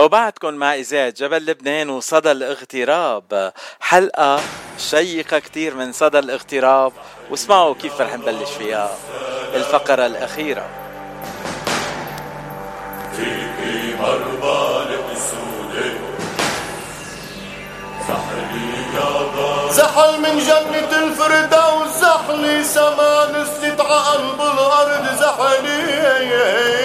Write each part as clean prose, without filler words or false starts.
وبعدكم مع إذاعة جبل لبنان وصدى الاغتراب، حلقة شيقة كتير من صدى الاغتراب، واسمعوا كيف رح نبلش فيها الفقرة الأخيرة. فيكي مربى لبسودة زحل من جنة الفردوس، زحلي سما نزلت عقلب الأرض، زحلي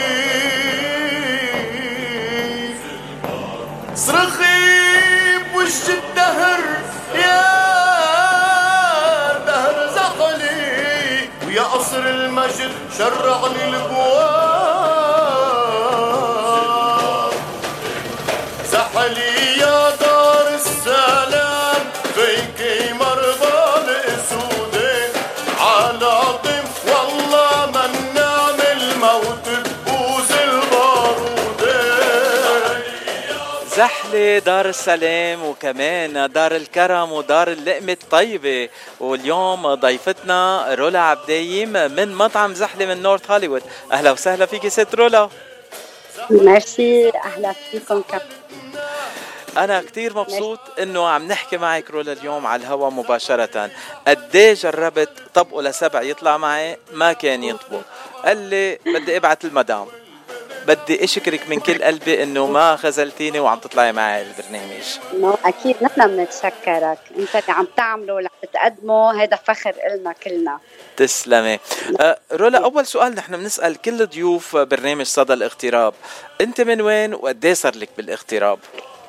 صرخي بوش الدهر يا دهر، زحلي ويا قصر المجد شرعني البواب، زحلي يا دار السلام فيكي مرضى الأسودة على طم، والله من نعمل موت ببوز البارودة. زحلة دار السلام وكمان دار الكرم ودار اللقمة الطيبة. واليوم ضيفتنا رولا عبدايم من مطعم زحلة من نورث هوليوود. أهلا وسهلا فيكي ست رولا. ميرسي، أهلا فيكم. أنا كتير مبسوط إنه عم نحكي معك رولا اليوم على الهوا مباشرة. قديه جربت طبقه لسبع يطلع معي ما كان يطبق، قال لي بدي ابعت المدام، بدي اشكرك من كل قلبي انه ما خذلتيني وعم تطلعي معي البرنامج. اكيد نحن بنتشكرك، انت اللي عم تعمله واللي عم تقدمه، هذا فخر إلنا كلنا. تسلمي. رولا، اول سؤال نحن بنسأل كل ضيوف برنامج صدى الاغتراب، انت من وين وقديه صار لك بالاغتراب؟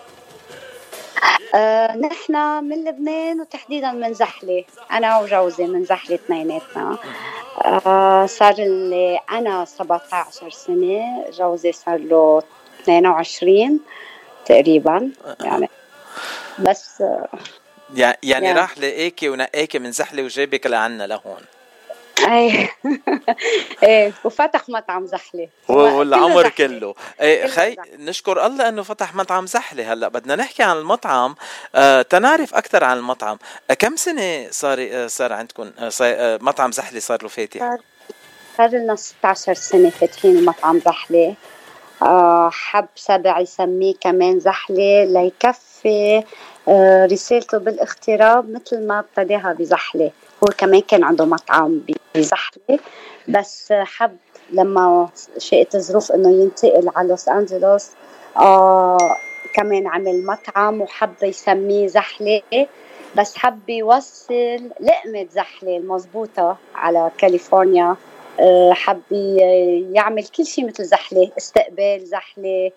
نحن من لبنان وتحديدا من زحلة، أنا وجوزي من زحلة اثنيناتنا. صار لي أنا 17 سنة، جوزي صار له 22 تقريبا يعني. بس يعني راح لقيكي ونقيكي من زحلة وجايبك لعنا لهون. ايه ايه، وفتح مطعم زحلة والعمر كله. ايه خي، نشكر الله انه فتح مطعم زحلة. هلا بدنا نحكي عن المطعم، تنعرف اكثر عن المطعم. كم سنة صار عندكم مطعم زحلة صار له فاتح؟ صار لنا 16 سنة فاتحين مطعم زحلة. حب سبع يسميه كمان زحلة ليكفي رسالته بالاغتراب مثل ما ابتداها بزحلة. هو كمان كان عنده مطعم بزحلة، بس حب لما شاءت الظروف انه ينتقل على لوس أنجلوس كمان عمل مطعم وحب يسميه زحلة، بس حب يوصل لقمة زحلة المضبوطة على كاليفورنيا. حب يعمل كل شيء مثل زحلة، استقبال زحلة،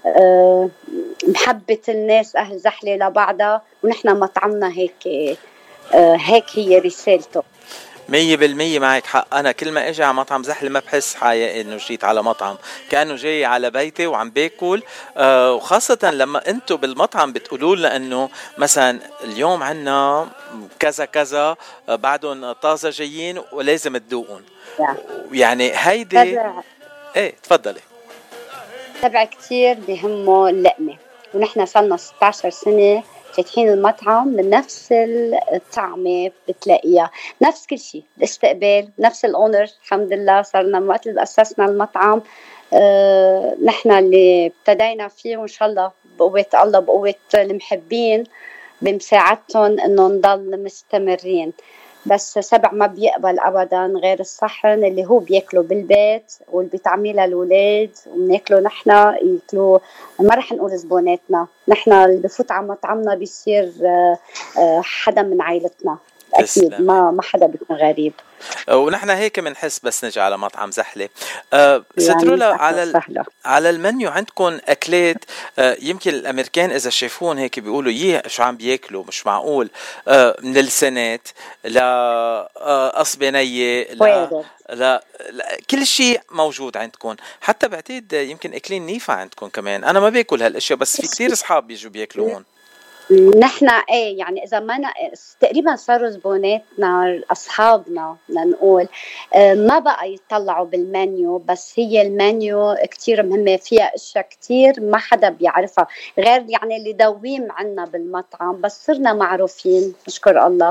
محبة الناس أهل زحلة لبعضها، ونحن مطعمنا هيك هي رسالته. 100% معك حق. أنا كل ما أجي على مطعم زحلة ما بحس حقيقي إنه جيت على مطعم، كأنه جاي على بيتي وعم باكل. وخاصة لما أنتوا بالمطعم بتقولوا لنا إنه مثلا اليوم عنا كذا كذا بعدهم طازة جايين ولازم تذوقون. يعني هيدي إيه، تفضلي. تبع كتير بهمه اللقمة، ونحن صلنا 16 سنة فاتحين المطعم من نفس الطعمة بتلاقيها، نفس كل شيء، الاستقبال، نفس الأونر. الحمد لله صارنا من وقت اللي أسسنا المطعم نحن اللي ابتدينا فيه، وإن شاء الله بقوة الله بقوة المحبين بمساعدتهم إنه نضل مستمرين. بس سبع ما بيقبل أبدا غير الصحن اللي هو بيأكله بالبيت واللي بيتعملها الأولاد وبناكله نحن، يأكلوه ما رح نقول زبوناتنا، نحن اللي بفوت على مطعمنا بيصير حدا من عائلتنا أكيد، ما حدا بيكون غريب. ونحن هيك منحس بس نجي على مطعم زحلة. سترولا، على المنيو عندكم أكلات يمكن الأمريكان إذا شايفون هيك بيقولوا يه شو عم بياكلوا، مش معقول. من اللسانات لقصبة نية لا كل شيء موجود عندكم. حتى بعتقد يمكن أكلين نيفة عندكم كمان. أنا ما باكل هالأشياء بس في كتير أصحاب بيجوا بياكلوهم. نحن ايه يعني اذا ما تقريبا صاروا زبوناتنا اصحابنا لنقول ما بقى يطلعوا بالمنيو، بس هي المنيو كتير مهمه، فيها اشياء كتير ما حدا بيعرفها غير يعني اللي دويم عنا بالمطعم، بس صرنا معروفين نشكر الله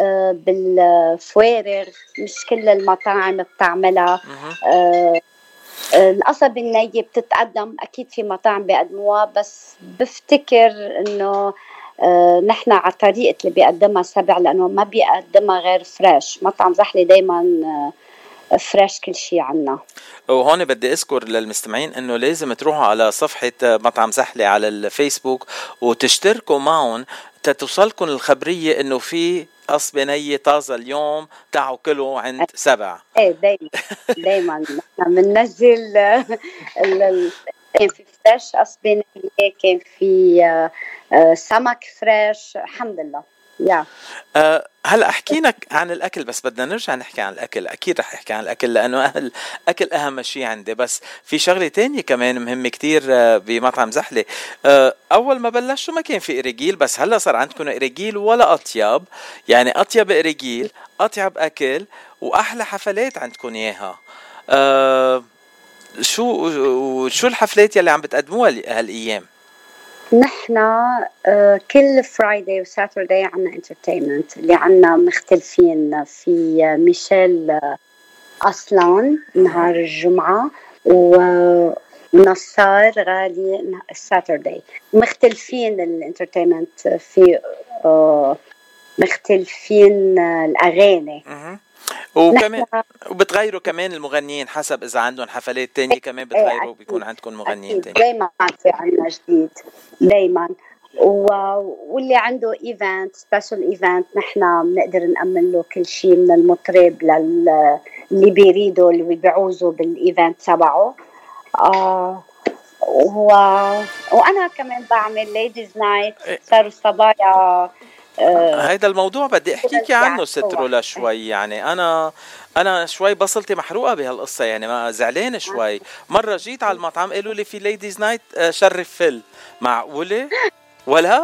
بالفوارغ، مش كل المطاعم بتعملها. القصب النية بتتقدم أكيد في مطاعم بيقدموها، بس بفتكر إنه نحن على طريقة اللي بيقدمها سبع، لأنه ما بيقدمها غير فريش. مطعم زحلة دايما فريش كل شيء عنا. وهون بدي أذكر للمستمعين أنه لازم تروحوا على صفحة مطعم زحلة على الفيسبوك وتشتركوا معهم تتوصلكم الخبرية أنه في قصبة نية طازة اليوم، تعوا كله عند 7. ايه دايما نحن بننزل كان في فريش قصبة نية، كان في سمك فريش، الحمد لله. هلا حكينا عن الاكل، بس بدنا نرجع نحكي عن الاكل. اكيد رح احكي عن الاكل لانه الاكل اهم شيء عندي، بس في شغله تانية كمان مهمه كتير بمطعم زحله. اول ما بلشتوا ما كان في إريجيل، بس هلا صار عندكم إريجيل ولا اطيب، يعني اطيب إريجيل، اطيب اكل، واحلى حفلات عندكم اياها. شو الحفلات يلي عم بتقدموها هالايام؟ نحن كل فرايداي وساترداي عنا انترتينمنت، اللي عنا مختلفين. في ميشيل أصلاً نهار الجمعة، ونصار غالي الساترداي. مختلفين الانترتينمنت، في مختلفين الأغاني. وكمان وبتغيروا كمان المغنيين حسب إذا عندهم حفلات تانية كمان بتغيروا، بيكون عندكم مغنيين تاني. دايما في عنا جديد دايما، واللي عنده ايفنت سبيشال ايفنت نحن بنقدر نأمن له كل شيء، من المطرب اللي بيريدوا اللي بيعوزوا بالايفنت تبعه. وانا كمان بعمل ليديز نايت، صاروا الصبايا. هيدا الموضوع بدي احكيكي عنه ست رولا شوي. يعني انا شوي بصلتي محروقه بهالقصه، يعني ما زعلانه شوي. مره جيت على المطعم قالوا لي في ليديز نايت شرف فل، معقوله ولا؟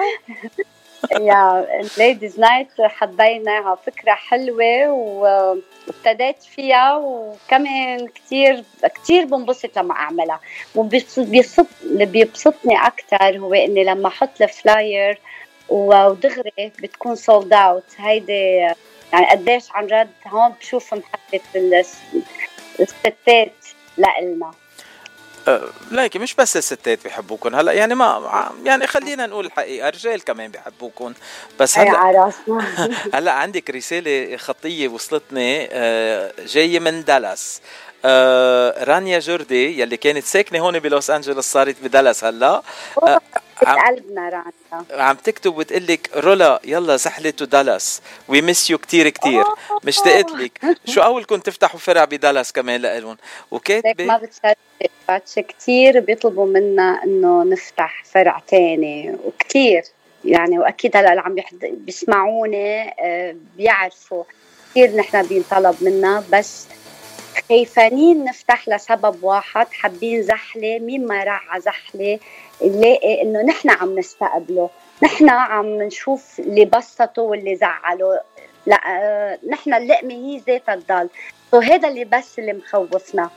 يا الليديز نايت حبيناها، فكره حلوه وابتديت فيها، وكمان كتير بنبسط لما اعملها. اللي بيبسطني اكتر هو اني لما احط الفلاير ودغري بتكون سولد اوت. هيدي يعني قديش عن جد هون بشوف محبة الستات لإلنا. لايكي مش بس الستات بيحبوكن هلا، يعني ما يعني خلينا نقول الحقيقة، الرجال كمان بيحبوكن. بس هلا عندك رسالة خطية وصلتني جاية من دالاس. رانيا جوردي يلي كانت ساكنة هون بلوس أنجلوس صارت بدالاس هلا. قلبنا رانيا عم تكتب وتقلك رولا يلا زحلة دالاس، وي ميس يو كتير مشتاقت لك. شو أول كنت تفتحوا فرع بدالاس كمان لإلهم؟ وكاتبة ما بتصدق كتير بيطلبوا منا إنه نفتح فرع تاني، وكتير يعني، وأكيد هلا اللي عم بيسمعوني بيعرفوا كتير نحن بينطلب منا، بس خايفانين نفتح لسبب واحد، حابين زحلة. مين ما راح على زحلة نلاقي انه نحن عم نستقبله، نحن عم نشوف اللي بسطوا واللي زعلوا، لا نحن اللقمة هي ذاتها تضل. وهذا اللي بس اللي مخوفنا.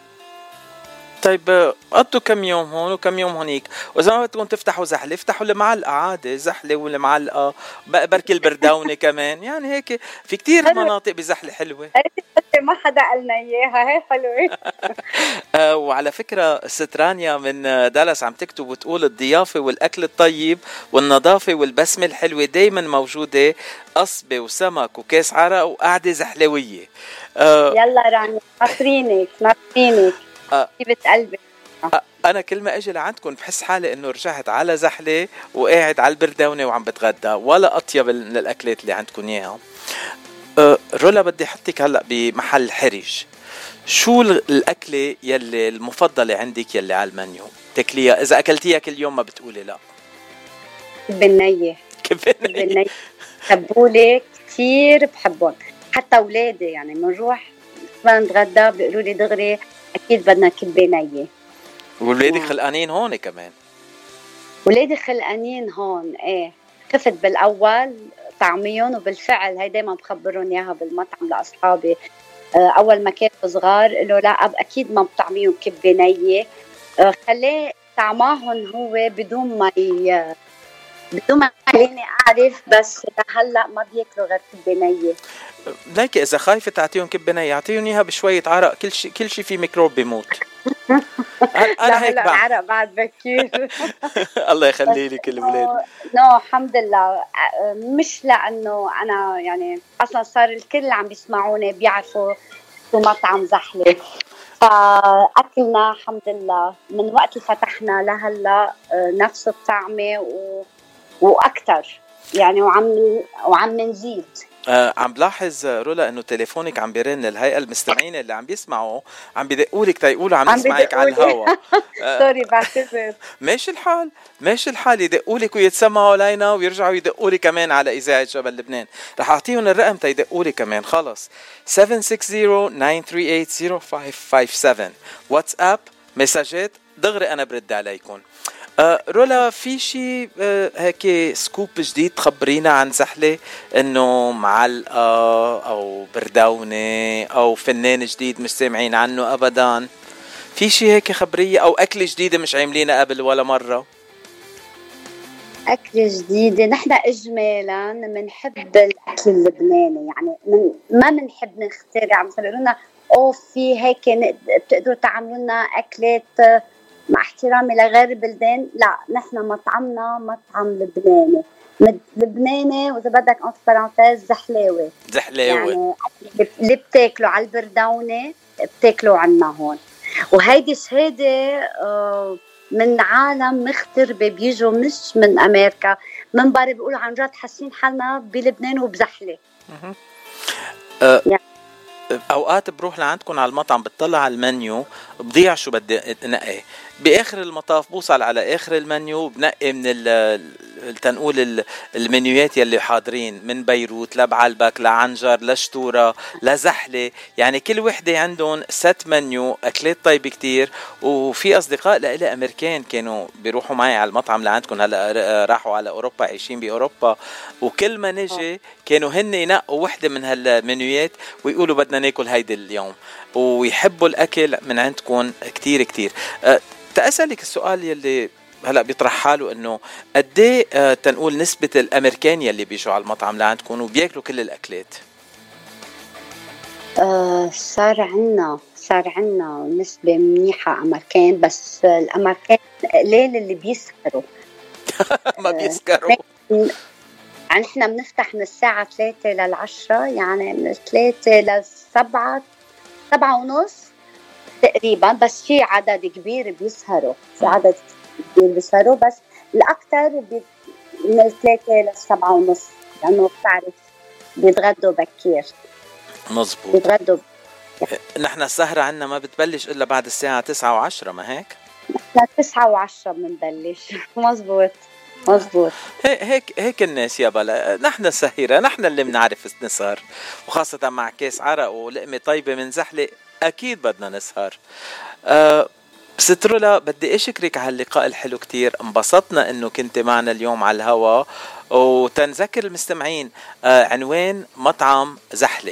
طيب قضوا كم يوم هون وكم يوم هونيك، وإذا ما بدكم تفتحوا زحلة افتحوا المعلقة عادي، زحلة والمعلقة بركي البرداونة كمان، يعني هيك في كتير مناطق بزحلة حلوة. ما حدا قالنا إياها، هي حلوة. وعلى فكرة سترانيا من دالاس عم تكتب وتقول الضيافة والأكل الطيب والنظافة والبسمة الحلوة دايما موجودة، قصبة وسمك وكاس عرق وقعدة زحلوية. يلا رانيا ناطرينك طيبة قلبي. أنا كل ما أجي لعندكم بحس حالي إنه رجعت على زحلة وقاعد على البرداونة وعم بتغدى، ولا أطيب من الأكلات اللي عندكم إياها. رولا بدي أحطك هلأ بمحل حرج. شو الأكلة يلي المفضلة عندك يلي على المنيو تاكليها إذا أكلتيها كل يوم ما بتقولي لا؟ بالنية تبولة كتير بحبهم، حتى أولادي يعني منروح ما نتغدى بيقولوا لي دغري أكيد بدنا كبة نية. وولادك خلقانين هون كمان؟ ولادي خلقانين هون، ايه. خفت بالأول طعميهم، وبالفعل هاي دايما بخبرون إياها بالمطعم لأصحابي. أول ما كانوا صغار قالوا لا أب أكيد ما بطعميهم كبة نية، خليه طعماهم هو بدون ما خليني أعرف، بس هلأ ما بياكلوا غير كبة نية. ليك إذا خايفة تعطيهم كبة نية أعطيهم إياها بشوية عرق، كل شيء في ميكروب بيموت. انا هيك بعمل. العرق بعد بكير. الله يخلي لك الاولاد. الحمد لله. مش لانه انا يعني اصلا صار الكل عم بيسمعوني بيعرفوا شو مطعم زحله، فاكلنا الحمد لله من وقت اللي فتحنا لهلا نفس الطعمه واكثر يعني، وعم نزيد. عم بلاحظ رولا انه تليفونك عم بيرن. الهيئه المستمعين اللي عم بيسمعوا عم بيدقوا لك تيقولوا عم نسمعك على الهوا. سوري بعتذر. ماشي الحال يدقوا لك ويتسمعوا علينا ويرجعوا يدقوا لي كمان على اذاعه جبل لبنان. رح اعطيهم الرقم تيدقوا لي كمان. خلص 760-938-0557 واتساب مساجات دغري انا برد عليكم. رولا في شيء هيك سكوب جديد تخبرينا عن زحلة، انه معلقة او بردونة او فنان جديد مش سامعين عنه ابدا؟ في شيء هيك خبرية او اكل جديدة مش عاملينها قبل ولا مرة؟ أكل جديدة نحن إجمالا منحب الأكل اللبناني، يعني ما منحب نخترع. مثلا يقولون في هيك بتقدروا تعملوا لنا أكلات مع احترامي لغير البلدان. لا، نحن مطعمنا مطعم لبناني وإذا بدك أنت فرانتاز زحلاوي يعني اللي بتاكلوا على البردونة بتاكلوا عنا هون. وهيدي شهادة من عالم مغتربة بيجوا مش من أمريكا، من برا بيقولوا عن جد حاسين حالنا بلبنان وبزحلة. يعني اوقات بروح لعندكم على المطعم بتطلع على المنيو بضيع شو بدي نقي، باخر المطاف بوصل على اخر المنيو بنقي من تنقول المنيوات يلي حاضرين من بيروت لبعلبك لعنجر لشتورة لزحلة، يعني كل وحدة عندهم ست منيو أكلات طيبة كتير. وفي أصدقاء لإلي أمريكان كانوا بيروحوا معي على المطعم لعندكم، هلأ راحوا على أوروبا عايشين بأوروبا، وكل ما نجي كانوا هن ينقوا وحدة من هالمنيوات ويقولوا بدنا ناكل هيدي اليوم، ويحبوا الأكل من عندكم كتير كتير. تأسألك السؤال يلي هلا بيطرح حاله، انه قد ايه تنقول نسبة الامريكان يلي بيجوا على المطعم لعندكم وبياكلوا كل الاكلات؟ صار عنا نسبة منيحة امريكان، بس الامريكان قليل اللي بيسكروا. ما بيسكروا. يعني احنا بنفتح من الساعة 3 لل10، يعني من 3 ل7 7:30 تقريبا، بس في عدد كبير بيسهروا، بيسهروا، بس الأكثر من 3 ل7:30، لأنه بتعرف بيتغدوا بكير. مزبوط، بيتغدوا نحن السهرة عنا ما بتبلش إلا بعد الساعة 9 و10، ما هيك؟ نحن 9 و10 بنبلش. مزبوط. هيك الناس يا بلا، نحن سهيرة، نحن اللي بنعرف نسهر، وخاصة مع كيس عرق ولقمة طيبة من زحلة أكيد بدنا نسهر. ست رولا بدي أشكرك على اللقاء الحلو كتير، انبسطنا أنه كنت معنا اليوم على الهوا، وتنذكر المستمعين عنوان مطعم زحلة.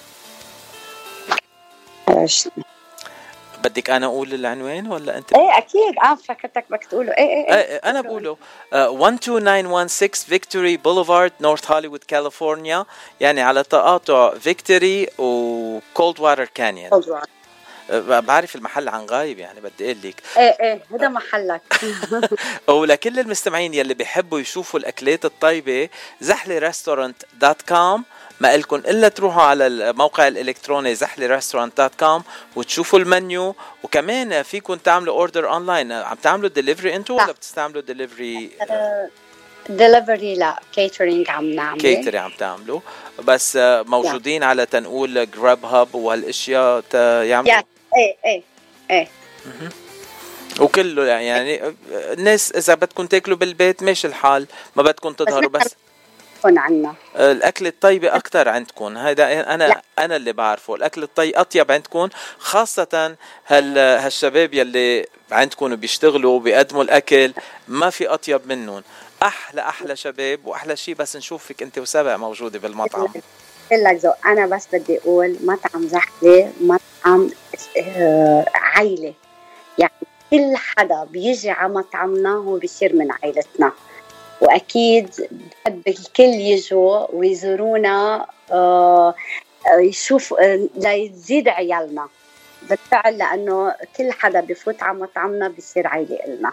بدك أنا أقول العنوان ولا أنت؟ إيه أكيد، فكرتك بدك تقوله. إيه أنا بقوله 12916 Victory Boulevard North Hollywood California، يعني على تقاطع فيكتوري وكولد واتر كانيون. بعرف المحل عن غايب، يعني بدي اقول لك ايه هذا محلك. ولكل المستمعين يلي بيحبوا يشوفوا الاكلات الطيبه زحلرestaurant.com، ما إلكن إلا تروحوا على الموقع الإلكتروني زحلرestaurant.com وتشوفوا المنيو، وكمان فيكم تعملوا اوردر اونلاين. عم تعملوا ديليفري انتوا ولا بتستعملوا ديليفري؟ ديليفري لا، كيترينج عم نعمل. كيترينج عم تعملوا، بس موجودين على تنقول جراب هاب وهالاشياء يعملوا. ايه وكله يعني الناس اذا بدكم تاكلوا بالبيت ماشي الحال، ما بدكم تظهروا، بس عنا الاكل الطيب اكتر عندكم. هذا انا اللي بعرفه، الاكل الطيب اطيب عندكم، خاصه هالشباب يلي عندكم بيشتغلوا وبيقدموا الاكل ما في اطيب منهم. احلى شباب، واحلى شيء بس نشوفك انت وسبع موجوده بالمطعم. لك ذوق. انا بس بدي اقول مطعم زحلة مطعم عائله، يعني كل حدا بيجي على مطعمنا هو بيصير من عائلتنا، واكيد بحب الكل يجوا ويزورونا يشوف ليزيد عيالنا. بالفعل، لأنه كل حدا بفوت على مطعمنا بيصير عيلة إلنا.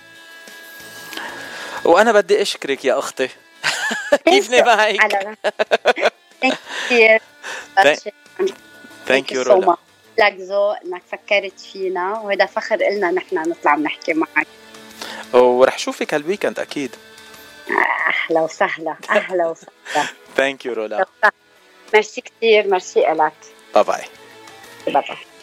وأنا بدي أشكرك يا أختي. كيفني معك؟ Thank you رولا. لك ذوق إنك فكرت فينا، وهذا فخر إلنا نحن نطلع بنحكي معك. ورح شوفك هالويكند أكيد. أهلا وسهلا. أهلا وسهلا. Thank you رولا. ميرسي كتير. ميرسي إلك. باي باي. باي باي.